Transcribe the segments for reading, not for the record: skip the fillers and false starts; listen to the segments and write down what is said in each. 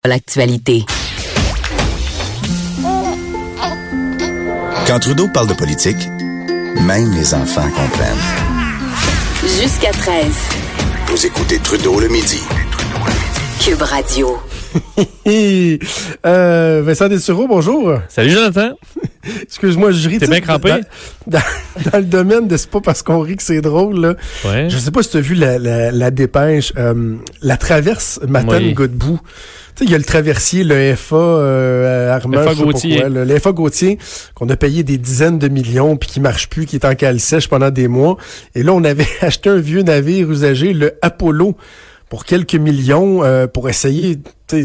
L'actualité. Quand Trudeau parle de politique, même les enfants comprennent. Jusqu'à 13. Vous écoutez Trudeau le midi. Cube Radio. Vincent Dessureau, bonjour. Salut Jonathan. Excuse-moi, je ris. T'es bien crampé? Dans le domaine de c'est pas parce qu'on rit que c'est drôle, là. Ouais. Je sais pas si tu as vu la dépêche. La traverse Matane-Godbout. Tu sais, il y a le traversier, le FA Armand, FA Gauthier. Le FA Gauthier, qu'on a payé des dizaines de millions, puis qui marche plus, qui est en cale sèche pendant des mois. Et là, on avait acheté un vieux navire usagé, le Apollo, pour quelques millions, pour essayer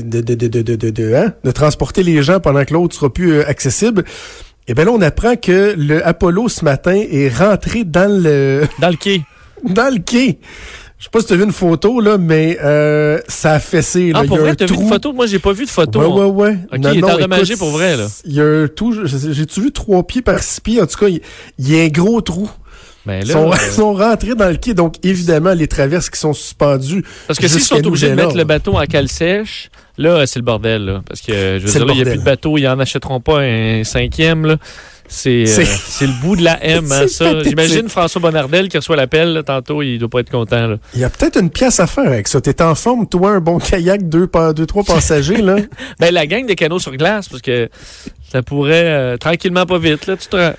de transporter les gens pendant que l'autre sera plus accessible. Et bien là, on apprend que le Apollo, ce matin, est rentré dans le quai. Dans le quai. Je sais pas si tu as vu une photo, là, mais ça a fessé. Là. Ah, pour vrai, tu as vu une photo? Moi, j'ai pas vu de photo. Ouais. OK, il est endommagé pour vrai, là. Il y a un trou. J'ai-tu vu 3 pieds par 6 pieds? En tout cas, il y a un gros trou. Ben là, ils sont rentrés dans le quai, donc évidemment, les traverses qui sont suspendues. Parce que s'ils sont obligés de mettre le bateau en cale sèche, là, c'est le bordel, là. Parce que, je veux dire, là, il n'y a plus de bateau, ils n'en achèteront pas un cinquième, là. C'est le bout de la M, hein, ça. Pathétique. J'imagine François Bonnardel qui reçoit l'appel, là, tantôt, il doit pas être content, là. Il y a peut-être une pièce à faire avec ça. T'es en forme, toi, un bon kayak, 2-3 passagers, là. Ben, la gang des canots sur glace, parce que ça pourrait, tranquillement, pas vite, là, tu te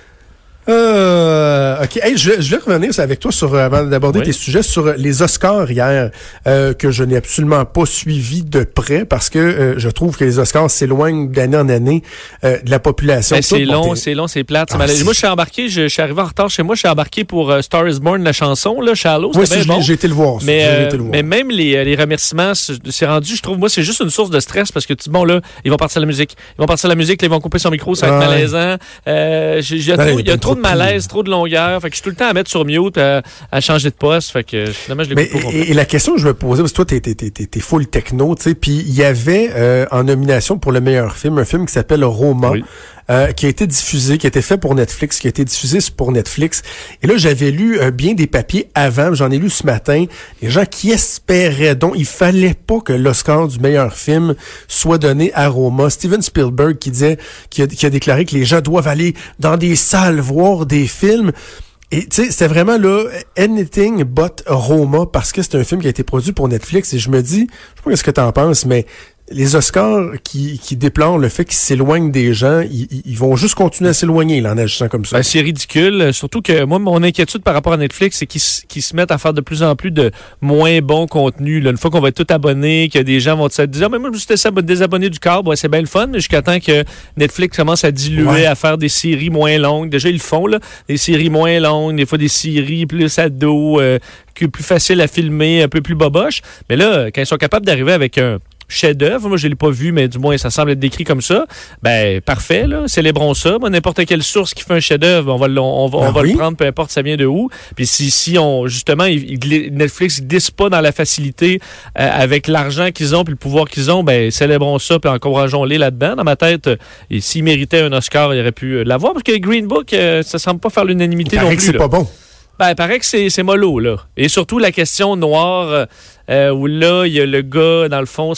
OK. Hey, je vais revenir avec toi avant d'aborder tes sujets sur les Oscars hier, que je n'ai absolument pas suivi de près parce que je trouve que les Oscars s'éloignent d'année en année de la population. Ben, c'est long, c'est plate. Moi, je suis embarqué, je suis arrivé en retard chez moi, je suis embarqué pour Star is Born, la chanson, là, Shallow. Oui, j'ai été le voir. Mais même les remerciements, c'est rendu, je trouve, moi, c'est juste une source de stress parce que, bon, là, ils vont partir la musique. Là, ils vont couper son micro, ça va être malaisant. Il y a trop de malaise, trop de longueur. Fait que je suis tout le temps à mettre sur mute, à changer de poste. Fait que finalement, je l'écoute pas. Et la question que je me posais, parce que toi, t'es full techno, tu sais, puis il y avait en nomination pour le meilleur film, un film qui s'appelle Roma. Oui. Qui a été diffusé, qui a été fait pour Netflix, qui a été diffusé pour Netflix. Et là, j'avais lu bien des papiers avant, j'en ai lu ce matin, les gens qui espéraient donc, il fallait pas que l'Oscar du meilleur film soit donné à Roma. Steven Spielberg qui a déclaré que les gens doivent aller dans des salles voir des films. Et tu sais, c'était vraiment là, anything but Roma, parce que c'est un film qui a été produit pour Netflix. Et je me dis, je sais pas ce que t'en penses, mais les Oscars qui déplorent le fait qu'ils s'éloignent des gens, ils vont juste continuer à s'éloigner là, en agissant comme ça. Ben, c'est ridicule. Surtout que moi, mon inquiétude par rapport à Netflix, c'est qu'ils se mettent à faire de plus en plus de moins bons contenus. Là, une fois qu'on va être tout abonné, que des gens vont se dire « Ah, mais moi, je me suis désabonné du câble. Ouais, c'est bien le fun. » Mais jusqu'à temps que Netflix commence à diluer, à faire des séries moins longues. Déjà, ils le font, là. Des séries moins longues, des fois des séries plus ados, plus faciles à filmer, un peu plus boboches. Mais là, quand ils sont capables d'arriver avec un chef-d'œuvre, moi je l'ai pas vu, mais du moins ça semble être décrit comme ça. Ben parfait, là, célébrons ça. Moi, n'importe quelle source qui fait un chef-d'œuvre, on va le prendre, peu importe ça vient de où. Puis si on justement Netflix glisse pas dans la facilité avec l'argent qu'ils ont puis le pouvoir qu'ils ont, ben célébrons ça puis encourageons-les là-dedans. Dans ma tête, et s'ils méritaient un Oscar, ils auraient pu l'avoir parce que Green Book, ça semble pas faire l'unanimité non plus. Que c'est pas bon. Ben, il paraît que c'est mollo, là. Et surtout, la question noire, où là, il y a le gars, dans le fond,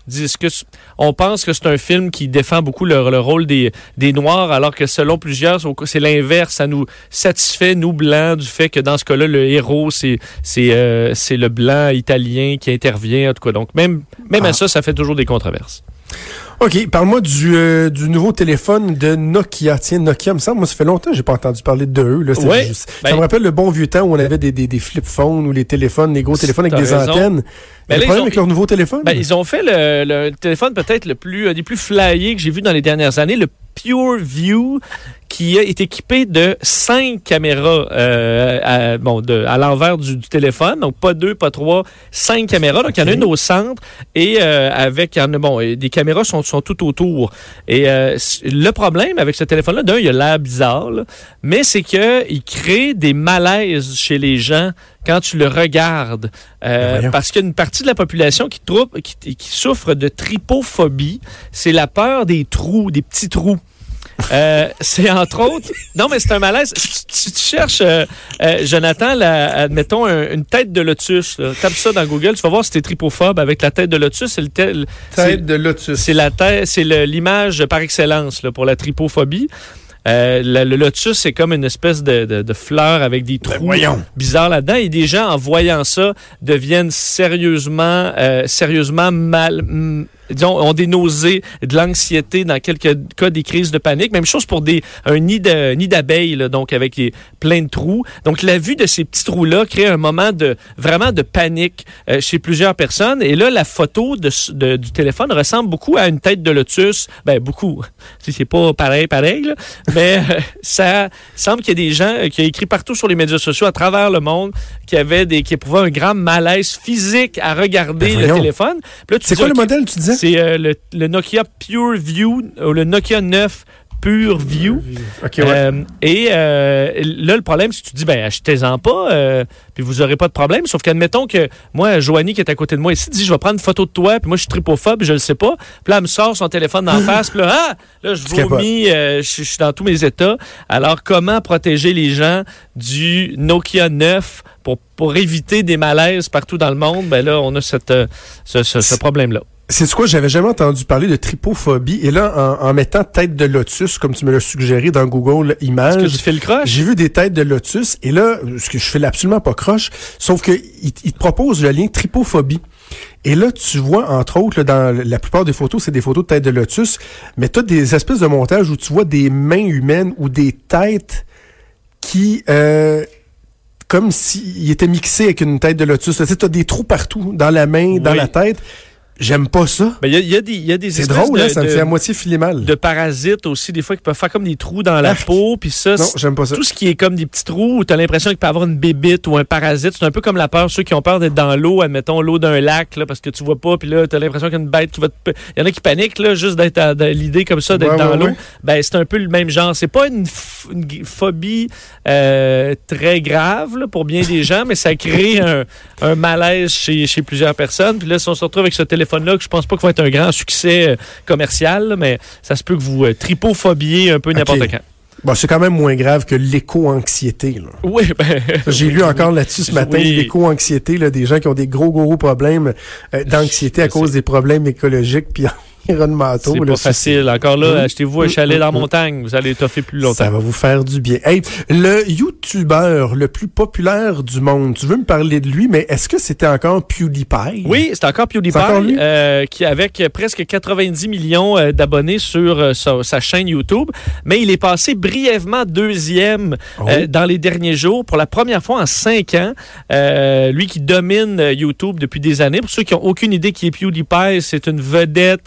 on pense que c'est un film qui défend beaucoup le rôle des Noirs, alors que selon plusieurs, c'est l'inverse. Ça nous satisfait, nous, Blancs, du fait que dans ce cas-là, le héros, c'est le Blanc italien qui intervient, en tout cas. Donc, même à ça fait toujours des controverses. OK, parle-moi du nouveau téléphone de Nokia. Tiens, Nokia, me semble, moi, ça fait longtemps que j'ai pas entendu parler d'eux. Là. Ça me rappelle le bon vieux temps où on avait des flip phones ou les téléphones, les gros téléphones avec des antennes. Mais le problème avec leur nouveau téléphone? Ben, ils ont fait le téléphone peut-être des plus flyés que j'ai vu dans les dernières années, le PureView, qui est équipé de 5 caméras à l'envers du téléphone. Donc, pas 2, pas 3, 5 caméras. Donc, il y en a une au centre et des caméras sont tout autour. Et le problème avec ce téléphone-là, d'un, il a l'air bizarre, là, mais c'est qu'il crée des malaises chez les gens quand tu le regardes. Parce qu'il y a une partie de la population qui souffre de trypophobie. C'est la peur des trous, des petits trous. C'est entre autres... Non, mais c'est un malaise. Si tu cherches, Jonathan, admettons, une tête de lotus, là, tape ça dans Google, tu vas voir si t'es tripophobe avec la tête de lotus. Tête de lotus. C'est l'image par excellence là, pour la tripophobie. Le lotus, c'est comme une espèce de fleur avec des trous bizarres là-dedans. Et des gens, en voyant ça, deviennent sérieusement disons, ont des nausées, de l'anxiété, dans quelques cas des crises de panique. Même chose pour un nid d'abeilles, là, donc avec plein de trous. Donc la vue de ces petits trous-là crée un moment vraiment de panique chez plusieurs personnes. Et là, la photo du téléphone ressemble beaucoup à une tête de lotus. Ben beaucoup. C'est pas pareil, là. Mais ça semble qu'il y a des gens qui ont écrit partout sur les médias sociaux à travers le monde qui éprouvaient un grand malaise physique à regarder le téléphone. Là, c'est quoi le modèle, tu disais? C'est le Nokia Pure View ou le Nokia 9 Pure View. Okay, ouais. Là, le problème, c'est que tu dis, achetez-en pas, puis vous aurez pas de problème. Sauf qu'admettons que moi, Joanie, qui est à côté de moi ici, dit, je vais prendre une photo de toi, puis moi, je suis tripophobe, je le sais pas. Puis là, elle me sort son téléphone d'en face, puis là, je vomis, je suis dans tous mes états. Alors, comment protéger les gens du Nokia 9 pour éviter des malaises partout dans le monde? Ben là, on a ce problème-là. C'est quoi, j'avais jamais entendu parler de tripophobie. Et là, en mettant tête de lotus, comme tu me l'as suggéré dans Google Images. Est-ce que tu fais le croche? J'ai vu des têtes de lotus. Et là, ce que je fais absolument pas croche, sauf que il te propose le lien tripophobie. Et là, tu vois, entre autres, là, dans la plupart des photos, c'est des photos de tête de lotus, mais tu as des espèces de montages où tu vois des mains humaines ou des têtes qui... comme s'ils étaient mixés avec une tête de lotus. Tu sais, t'as des trous partout, dans la main, dans la tête. J'aime pas ça. Ben, il y a des c'est drôle, là, ça me fait à moitié filer mal. De parasites aussi, des fois, qui peuvent faire comme des trous dans la peau. Puis ça, non, j'aime pas ça. Tout ce qui est comme des petits trous où tu as l'impression qu'il peut y avoir une bébite ou un parasite, c'est un peu comme la peur, ceux qui ont peur d'être dans l'eau, admettons l'eau d'un lac, là, parce que tu vois pas, puis là, tu as l'impression qu'il y a une bête qui va te... Il y en a qui paniquent, là, juste d'être dans l'idée comme ça, d'être dans l'eau. Ouais. Ben, c'est un peu le même genre. C'est pas une phobie très grave là, pour bien des gens, mais ça crée un malaise chez plusieurs personnes. Puis là, si on se retrouve avec ce téléphone-là, que je pense pas qu'il va être un grand succès commercial, là, mais ça se peut que vous tripophobiez un peu n'importe quand. Bon, c'est quand même moins grave que l'éco-anxiété. Là. Oui, j'ai lu encore là-dessus ce matin, l'éco-anxiété, là, des gens qui ont des gros problèmes d'anxiété à cause des problèmes écologiques puis environnementaux. C'est là, pas facile. Encore là, achetez-vous un chalet dans la montagne. Vous allez toffer plus longtemps. Ça va vous faire du bien. Hey, le YouTuber le plus populaire du monde, tu veux me parler de lui, mais est-ce que c'était encore PewDiePie? Oui, c'est encore PewDiePie, qui avec presque 90 millions d'abonnés sur sa chaîne YouTube, mais il est passé brièvement deuxième dans les derniers jours, pour la première fois en 5 ans. Lui qui domine YouTube depuis des années. Pour ceux qui n'ont aucune idée qui est PewDiePie, c'est une vedette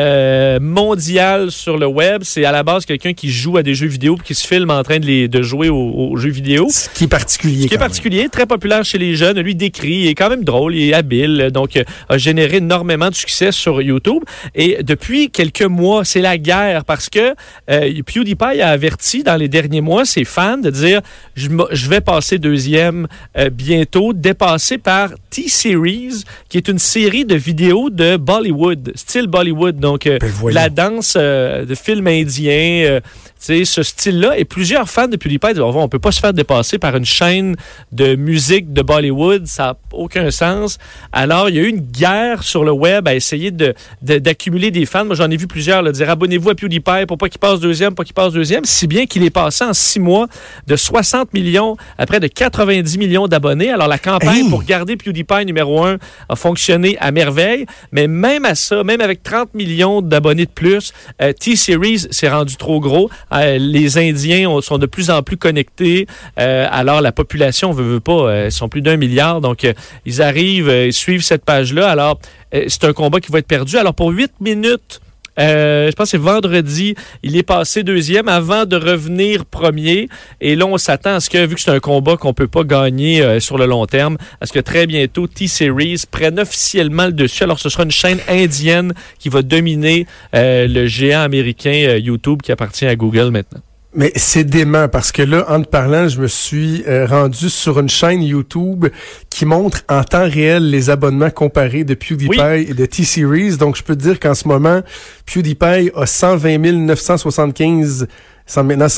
mondial sur le web. C'est à la base quelqu'un qui joue à des jeux vidéo et qui se filme en train de jouer aux jeux vidéo. Ce qui est particulier. Ce qui est particulier, très populaire chez les jeunes. Lui décrit, il est quand même drôle, il est habile, donc a généré énormément de succès sur YouTube. Et depuis quelques mois, c'est la guerre parce que PewDiePie a averti dans les derniers mois ses fans de dire je vais passer deuxième bientôt, dépassé par T-Series, qui est une série de vidéos de Bollywood, style Bollywood, donc la danse de films indiens, ce style-là. Et plusieurs fans de PewDiePie disent on peut pas se faire dépasser par une chaîne de musique de Bollywood, ça n'a aucun sens. Alors, il y a eu une guerre sur le web à essayer d'accumuler des fans. Moi, j'en ai vu plusieurs là, dire abonnez-vous à PewDiePie pour pas qu'il passe deuxième, si bien qu'il est passé en 6 mois de 60 millions à près de 90 millions d'abonnés. Alors, la campagne pour garder PewDiePie numéro 1 a fonctionné à merveille, mais même à ça, même avec 30 millions d'abonnés de plus, T-Series s'est rendu trop gros. Les Indiens sont de plus en plus connectés. Alors, la population veut pas. Ils sont plus d'1 milliard. Donc, ils arrivent, ils suivent cette page-là. Alors, c'est un combat qui va être perdu. Alors, pour 8 minutes... je pense que c'est vendredi, il est passé deuxième avant de revenir premier. Et là, on s'attend à ce que, vu que c'est un combat qu'on peut pas gagner sur le long terme, à ce que très bientôt T-Series prenne officiellement le dessus. Alors, ce sera une chaîne indienne qui va dominer le géant américain YouTube qui appartient à Google maintenant. Mais c'est dément parce que là, en te parlant, je me suis rendu sur une chaîne YouTube qui montre en temps réel les abonnements comparés de PewDiePie et de T-Series. Donc, je peux te dire qu'en ce moment, PewDiePie a 120 975, maintenant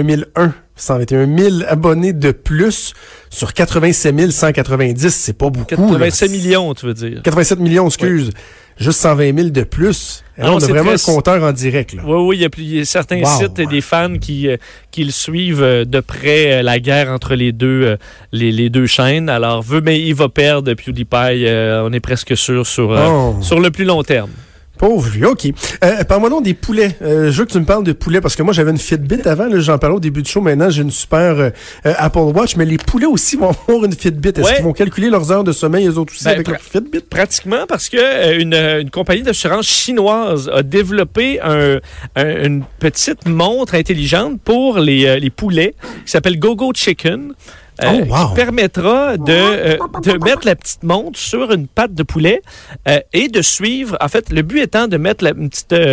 121 000 abonnés de plus sur 87 190. C'est pas beaucoup. 87 millions, tu veux dire. 87 millions, excuse. Oui. Juste 120 000 de plus. Alors, on a vraiment un compteur en direct. Là. Oui, il y a certains sites et des fans qui le suivent de près la guerre entre les deux chaînes. Alors, mais il va perdre PewDiePie, on est presque sûr sur le plus long terme. Pauvre lui, OK. Parle-moi donc des poulets. Je veux que tu me parles de poulets parce que moi, j'avais une Fitbit avant. Là, j'en parlais au début du show. Maintenant, j'ai une super Apple Watch. Mais les poulets aussi vont avoir une Fitbit. Est-ce qu'ils vont calculer leurs heures de sommeil, eux autres aussi, avec leur Fitbit? Pratiquement, parce que une compagnie d'assurance chinoise a développé une petite montre intelligente pour les poulets qui s'appelle GoGo Chicken. Qui permettra de mettre la petite montre sur une patte de poulet et de suivre. En fait, le but étant de mettre une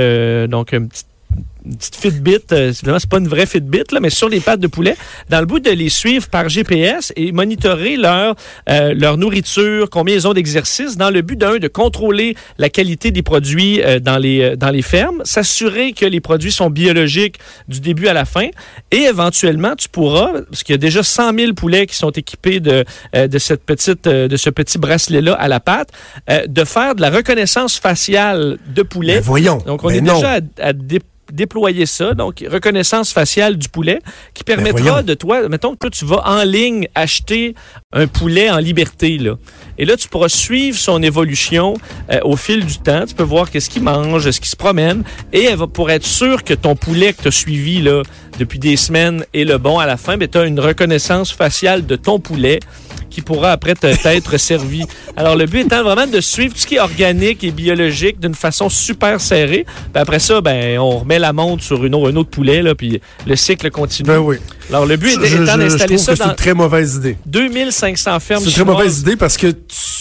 petite Fitbit, évidemment, c'est pas une vraie Fitbit, là, mais sur les pattes de poulet, dans le but de les suivre par GPS et monitorer leur nourriture, combien ils ont d'exercice, dans le but de contrôler la qualité des produits dans les fermes, s'assurer que les produits sont biologiques du début à la fin, et éventuellement, tu pourras, parce qu'il y a déjà 100 000 poulets qui sont équipés de ce petit bracelet-là à la patte, de faire de la reconnaissance faciale de poulet. Mais voyons. Donc, on est déjà à déployer ça, donc reconnaissance faciale du poulet, qui permettra de toi, mettons que tu vas en ligne acheter un poulet en liberté, là. Et là, tu pourras suivre son évolution au fil du temps. Tu peux voir qu'est-ce qu'il mange, ce qu'il se promène, et pour être sûr que ton poulet que tu as suivi là depuis des semaines est le bon à la fin, tu as une reconnaissance faciale de ton poulet qui pourra après t'être servi. Alors, le but étant vraiment de suivre tout ce qui est organique et biologique d'une façon super serrée. Puis après ça, on remet la montre sur un autre poulet, là, puis le cycle continue. Ben oui. Alors, le but étant d'installer ça dans... C'est une très mauvaise idée. 2500 fermes chinoises. C'est une très mauvaise idée parce que...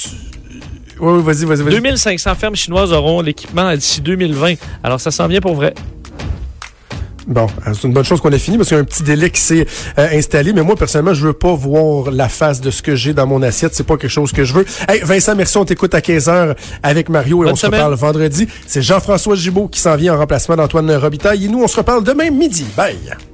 Oui, vas-y. 2500 fermes chinoises auront l'équipement d'ici 2020. Alors, ça s'en vient pour vrai. Bon, c'est une bonne chose qu'on a fini parce qu'il y a un petit délai qui s'est installé. Mais moi, personnellement, je veux pas voir la face de ce que j'ai dans mon assiette. C'est pas quelque chose que je veux. Hey, Vincent, merci. On t'écoute à 15h avec Mario et on se reparle vendredi. C'est Jean-François Gibault qui s'en vient en remplacement d'Antoine Robitaille. Et nous, on se reparle demain midi. Bye!